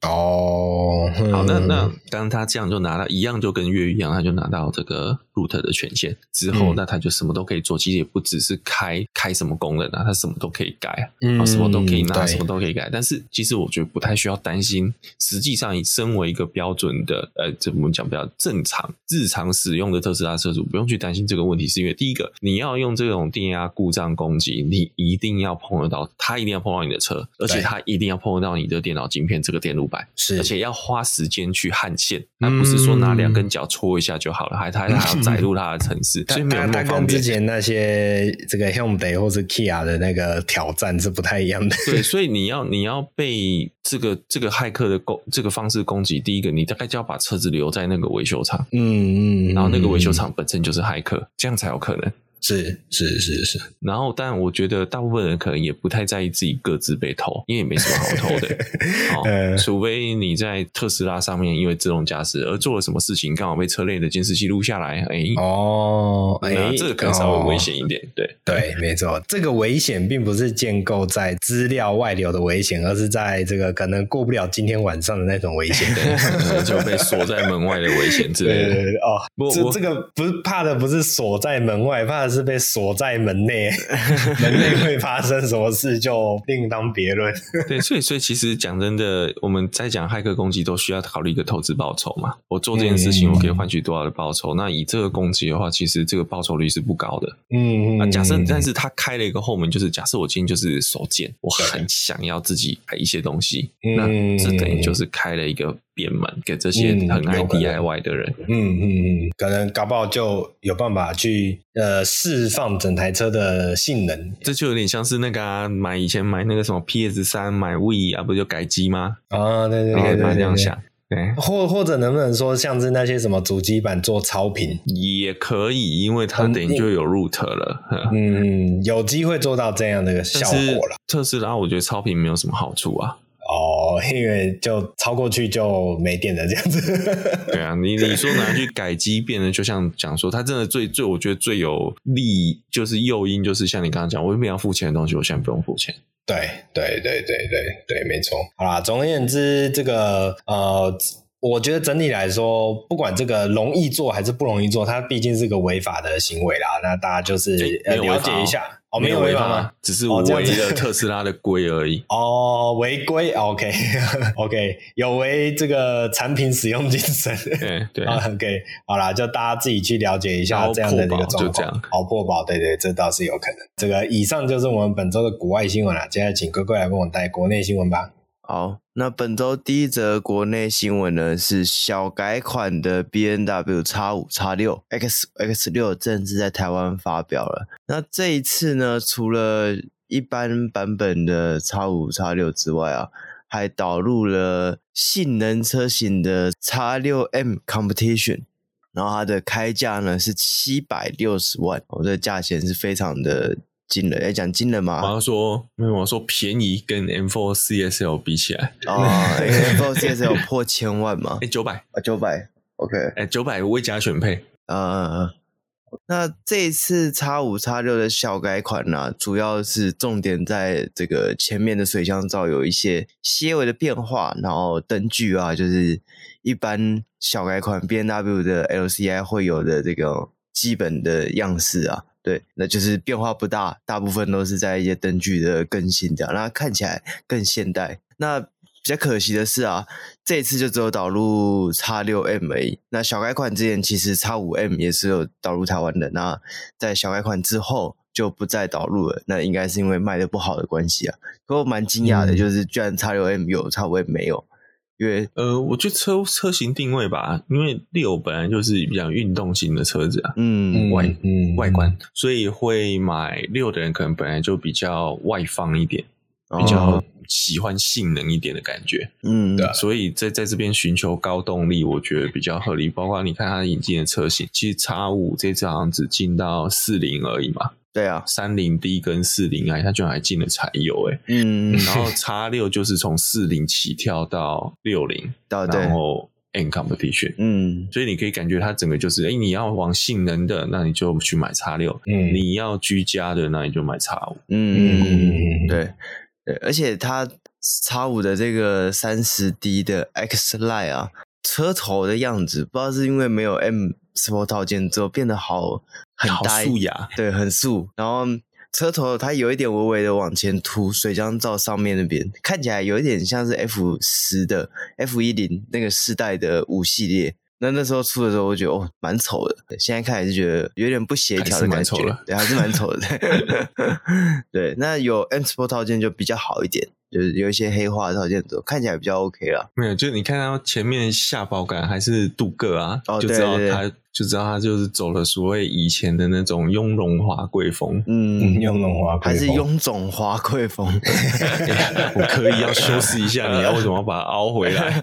哦， 好，那当他这样就拿到一样，就跟越狱一样，他就拿到这个 root 的权限之后，那他就什么都可以做。其实也不只是开什么功能啊，他什么都可以改，什么都可以拿，什么都可以改。但是其实我觉得不太需要担心。实际上，身为一个标准的怎么讲比较正常日常使用的特斯拉车主，不用去担心这个问题，是因为第一个，你要用这种电压故障攻击，你一定要碰得到，他一定要碰到你的车，而且他一定要碰得到你的电脑晶片这个电路板， 是， 而且要花时间去焊线，那不是说拿2根脚戳一下就好了，他要载入他的程式，所以没有那么方便。 它跟之前那些这个 Hyundai 或是 Kia 的那个挑战是不太一样的。 对，所以你要被这个骇客的这个方式攻击，第一个你大概就要把车子留在那个维修厂，然后那个维修厂本身就是骇客，这样才有可能。 是， 然后但我觉得大部分人可能也不太在意自己个资被偷，因为也没什么好偷的除非你在特斯拉上面因为自动驾驶而做了什么事情，刚好被车内的监视器录下来，那这个可能稍微危险一点。 对，没错，这个危险并不是建构在资料外流的危险，而是在这个可能过不了今天晚上的那种危险就被锁在门外的危险之类的。 这个不是怕的，不是锁在门外，怕的是被锁在门内门内会发生什么事就另当别论对，所以其实讲真的，我们在讲骇客攻击都需要考虑一个投资报酬嘛，我做这件事情我可以换取多少的报酬，那以这个攻击的话，其实这个报酬率是不高的。假设但是他开了一个后门，就是假设我今天就是手贱，我很想要自己改一些东西，那这等于就是开了一个便门给这些很爱 DIY 的人。 可能搞不好就有办法去释放整台车的性能。 这就有点像是那个以前买那个什么 PS3 买 Wii 不就改机吗？ 对， 你可以这样想。对， 或者能不能说像是那些什么主机板做超频也可以，因为它等于就有 root 了。 有机会做到这样的效果了。 特斯拉我觉得超频没有什么好处啊。 因为就超过去就没电了这样子对啊，你说拿去改机变得就像讲说它真的最我觉得最有利就是诱因，就是像你刚刚讲，我原本要付钱的东西我现在不用付钱。 对，没错。好啦，总而言之，这个我觉得整体来说，不管这个容易做还是不容易做，它毕竟是个违法的行为啦。那大家就是了解一下。没有违法吗？ 只是违了特斯拉的规而已。 违规 OK 有违这个产品使用精神。 对 OK 好啦，就大家自己去了解一下这样的一个状况。好破保，对，这倒是有可能。这个以上就是我们本周的国外新闻啦，接下来请龟龟来帮我带国内新闻吧。 好，那本周第一则国内新闻呢是小改款的 BMW X5、X6 X6 正式在台湾发表了。那这一次呢，除了一般版本的 X5、X6 之外还导入了性能车型的 X6M Competition， 然后它的开价呢是760万，这个价钱是非常的惊人。要讲惊人吗？ 我要说便宜，跟 M4 CSL 比起来 M4 CSL 破1000万嘛 ？900 900 OK 900未加选配。 那这一次 X5、X6 的小改款主要是重点在这个前面的水箱罩有一些些微的变化，然后灯具就是一般小改款 BMW 的 LCI 会有的这个基本的样式对，那就是变化不大，大部分都是在一些灯具的更新这样，让它看起来更现代。那比较可惜的是这一次就只有导入 X6M 而已。那小改款之前其实 X5M 也是有导入台湾的，那在小改款之后就不再导入了，那应该是因为卖的不好的关系可我蛮惊讶的，就是居然 X6M 有 X5M 没有。因为我觉得车型定位吧，因为6本来就是比较运动型的车子外观，所以会买6的人可能本来就比较外放一点，比较喜欢性能一点的感觉。对，所以在这边寻求高动力我觉得比较合理。包括你看它引进的车型，其实 X5 这次好像只进到40而已嘛。 对啊 ，30D 跟40i它居然还进了柴油然后 X6 就是从40起跳到60，然后 N Competition， 所以你可以感觉它整个就是你要往性能的，那你就去买 X6，你要居家的，那你就买 X5。 对，而且它 X5的这个 30D 的 X Line 啊，车头的样子不知道是因为没有 M Sport 套件之后变得很呆， 素雅， 对，很素。然后车头它有一点微微的往前凸，水箱罩上面那边看起来有一点像是 F10 的 F10那个世代的5系列。那时候出的时候，我觉得蛮丑的。现在看还是觉得有点不协调的感觉，对，还是蛮丑的。对，那有 M Sport 套件就比较好一点，就是有一些黑化的套件之后，看起来比较 OK 啦。 没有，就你看到前面下保杆还是镀铬啊， 就知道他就是走了所谓以前的那种雍容华贵风， 雍容华贵风还是臃肿华贵风。 我刻意要修饰一下，你要为什么要把它凹回来？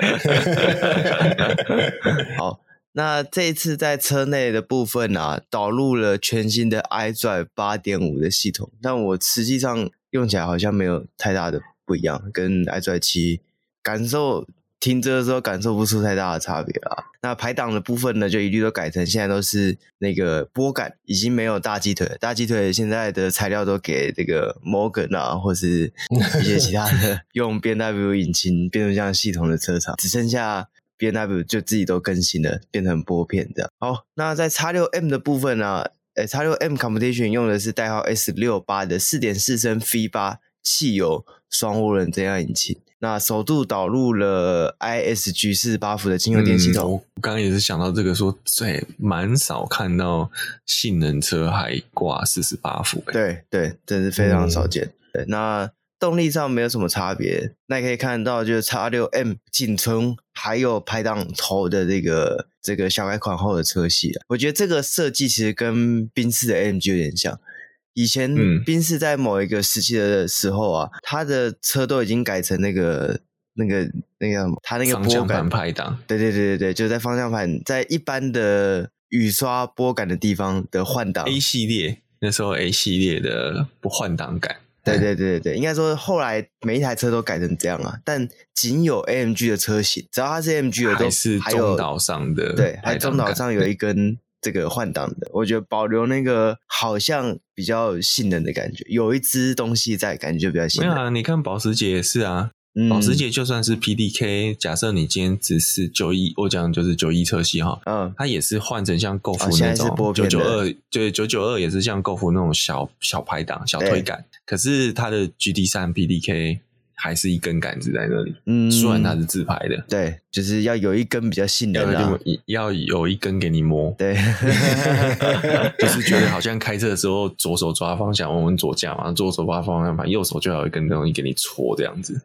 好，那这一次在车内的部分啊，导入了全新的 iDrive 8.5 的系统，但我实际上用起来好像没有太大的不一样，跟 iDrive 7感受停车的时候感受不出太大的差别啦。那排档的部分呢，就一律都改成现在都是那个拨杆，已经没有大鸡腿了。大鸡腿现在的材料都给这个 Morgan 啊，或是一些其他的用 BMW 引擎变速箱系统的车厂，只剩下 BMW 就自己都更新了，变成拨片这样。好，那在 X6M 的部分呢，X6M Competition 用的是代号 S68 的 4.4 升 V8 汽油双涡轮增压引擎。那首度导入了 ISG 48伏的轻油电系统。 我刚刚也是想到这个说，对，蛮少看到性能车还挂48伏。 对对，这是非常少见。对，那动力上没有什么差别。那你可以看到，就是 X6M 仅存还有排档头的这个小改款后的车系啊。我觉得这个设计其实跟宾士的 AMG 有点像。以前宾士在某一个时期的时候啊，它的车都已经改成那个什么，它那个方向盘排档， 对，就在方向盘在一般的雨刷拨杆的地方的换挡 A 系列，那时候 A 系列的不换挡杆。 对，应该说后来每一台车都改成这样啊，但仅有 AMG 的车型，只要它是 AMG 的都还是中岛上的， 对，还中岛上有一根这个换挡的，我觉得保留那个好像比较性能的感觉，有一只东西在，感觉就比较性能。 没有啊，你看保时捷也是啊，保时捷就算是 PDK， 假设你今天只是91，我讲就是91车系哈，它也是换成像Golf那种992，对，992也是像Golf那种小排档、小推杆，可是它的 GT3 PDK。还是一根杆子在那里，虽然它是自排的， 对，就是要有一根比较性能啊， 要有一根给你摸， 对， 就是觉得好像开车的时候左手抓方向，我们左驾嘛，左手抓方向盘，右手就要有一根东西给你戳这样子。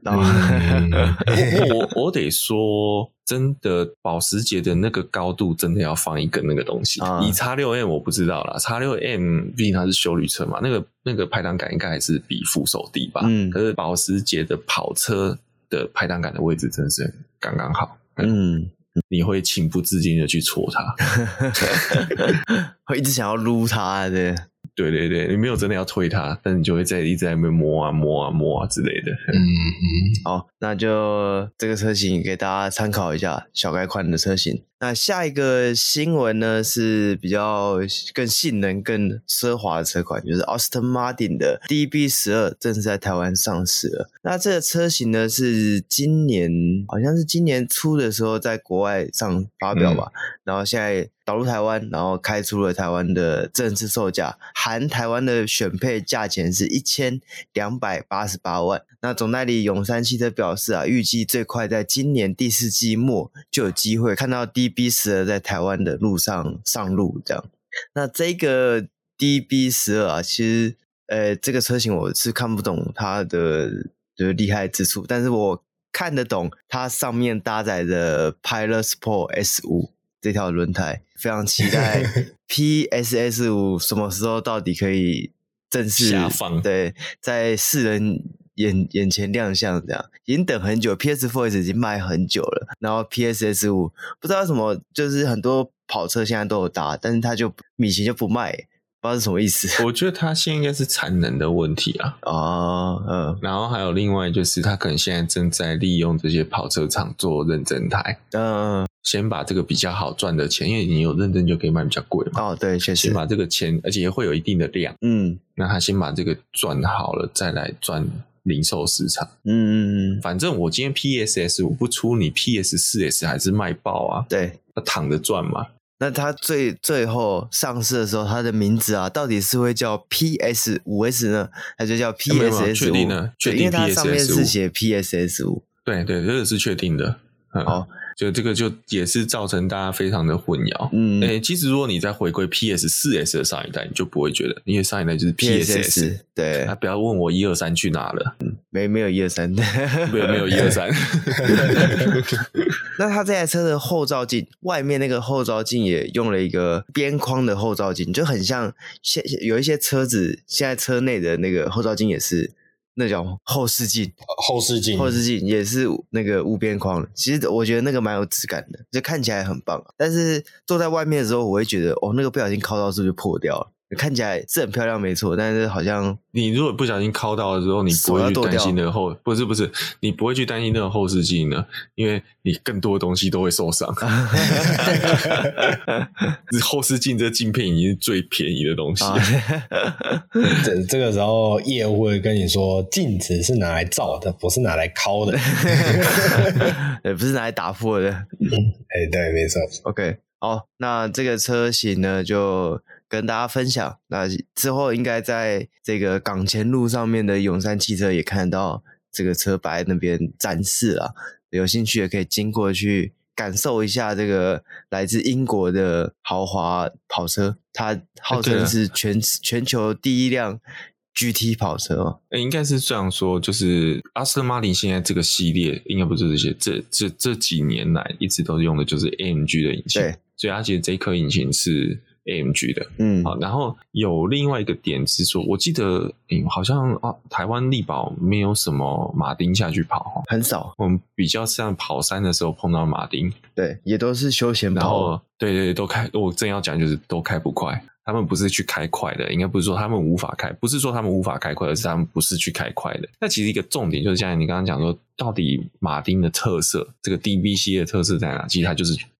我得说，真的保时捷的那个高度真的要放一根那个东西。以 X6M 我不知道啦 ，X6M 毕竟它是休旅车嘛，那个排档杆应该还是比副手低吧。可是保时捷的跑车的排档杆的位置真的是刚刚好。你会情不自禁的去戳它， 会一直想要撸它的。 对，你没有真的要推它，但你就会一直在那边摸啊之类的。 好，那就这个车型给大家参考一下，小改款的车型。那下一个新闻呢是比较更性能、更奢华的车款，就是 Aston Martin 的 DB12 正式在台湾上市了。那这个车型呢是好像是今年初的时候在国外上发表吧，然后现在导入台湾，然后开出了台湾的正式售价，含台湾的选配价钱是1288万。那总代理永山汽车表示啊，预计最快在今年第4季末就有机会看到 DB12 在台湾的路上上路这样。那这个 DB12 啊，其实这个车型我是看不懂它的就是厉害之处，但是我看得懂它上面搭载的 Pilot Sport S5 这条轮胎，非常期待 PSS5 什么时候到底可以正式下放， 对，在世人眼前亮相这样，已经等很久 ，PS4 已经卖很久了，然后 PSS5 不知道为什么，就是很多跑车现在都有搭，但是它就米其林就不卖，不知道是什么意思。 我觉得它现在应该是产能的问题啊。然后还有另外就是它可能现在正在利用这些跑车厂做认证台。先把这个比较好赚的钱，因为你有认证就可以卖比较贵嘛。 对，确实。 先把这个钱，而且也会有一定的量。那他先把这个赚好了，再来赚零售市场。反正我今天 PSS 我不出，你 PS4S 还是卖爆啊。 对， 躺着赚嘛。 那它最后上市的时候，它的名字啊，到底是会叫 PS5S 呢，还是叫 PSS5？ 确定了， 因为它上面是写 PSS5。 对，这个是确定的。 好。 就这个就也是造成大家非常的混淆。其实如果你再回归 PS4S 的上一代，你就不会觉得，因为上一代就是 PSS。 对， 不要问我1、2、3去哪了。 没有1、2、3， 没有1、2、3。 那它这台车的后照镜外面那个后照镜也用了一个边框的后照镜，就很像有一些车子现在车内的那个后照镜也是。那叫后视镜也是那个无边框。其实我觉得那个蛮有质感的，就看起来很棒。但是坐在外面的时候，我会觉得那个不小心靠到是不是就破掉了？看起来是很漂亮没错，但是好像你如果不小心靠到的时候，你不会去担心那个不是你不会去担心那个后视镜呢，因为你更多的东西都会受伤。后视镜这镜片已经是最便宜的东西。 这个时候业务会跟你说，镜子是拿来照的，不是拿来敲的。 不是拿来打破的。 对，没错。 OK， 好，那这个车型呢就跟大家分享。那之后应该在这个港前路上面的永山汽车也看到这个车摆在那边展示啦，有兴趣也可以经过去感受一下这个来自英国的豪华跑车。它号称是全球第一辆 GT 跑车哦。 应该是这样说，就是阿斯顿马丁现在这个系列应该不是这些，这几年来一直都用的就是 AMG 的引擎。 对， 所以它其实这颗引擎是 AMG 的。好，然后有另外一个点是说，我记得好像台湾力宝没有什么马丁下去跑， 很少。 我们比较像跑山的时候碰到马丁， 对，也都是休闲跑。 然后对，都开，我正要讲就是都开不快。他们不是去开快的，应该不是说他们无法开，不是说他们无法开快，而是他们不是去开快的。那其实一个重点就是像你刚刚讲说，到底马丁的特色，这个 DBC 的特色在哪？其实它就是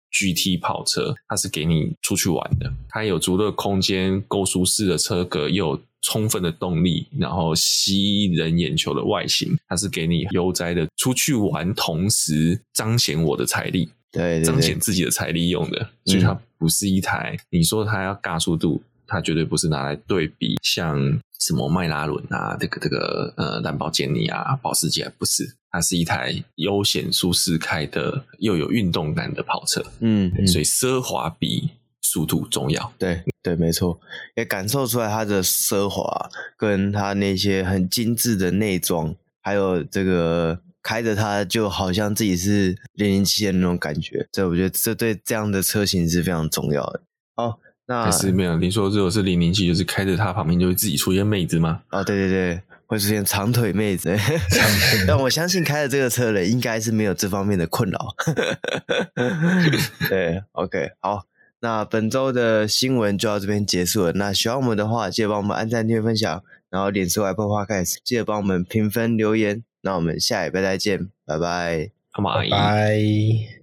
GT 跑车，它是给你出去玩的，它有足够空间、够舒适的车格，又有充分的动力，然后吸人眼球的外形，它是给你悠哉的出去玩，同时彰显我的财力。 对， 彰显自己的财力用的，所以它不是一台你说它要尬速度，它绝对不是拿来对比像什么迈拉伦啊，这个兰博基尼啊，保时捷，不是，它是一台悠闲舒适开的又有运动感的跑车。所以奢华比速度重要。 对，没错，也感受出来它的奢华跟它那些很精致的内装，还有这个开着它就好像自己是007的那种感觉，这我觉得这对这样的车型是非常重要的。好，那还是没有你说如果是007，就是开着它旁边就会自己出现妹子吗？ 对，会出现长腿妹子。但我相信开着这个车的人应该是没有这方面的困扰。对 ，OK， 好，那本周的新闻就到这边结束了。那喜欢我们的话，记得帮我们按赞、订阅、分享，然后脸书 Apple Podcast 记得帮我们评分留言。那我们下礼拜再见，拜拜， 拜拜。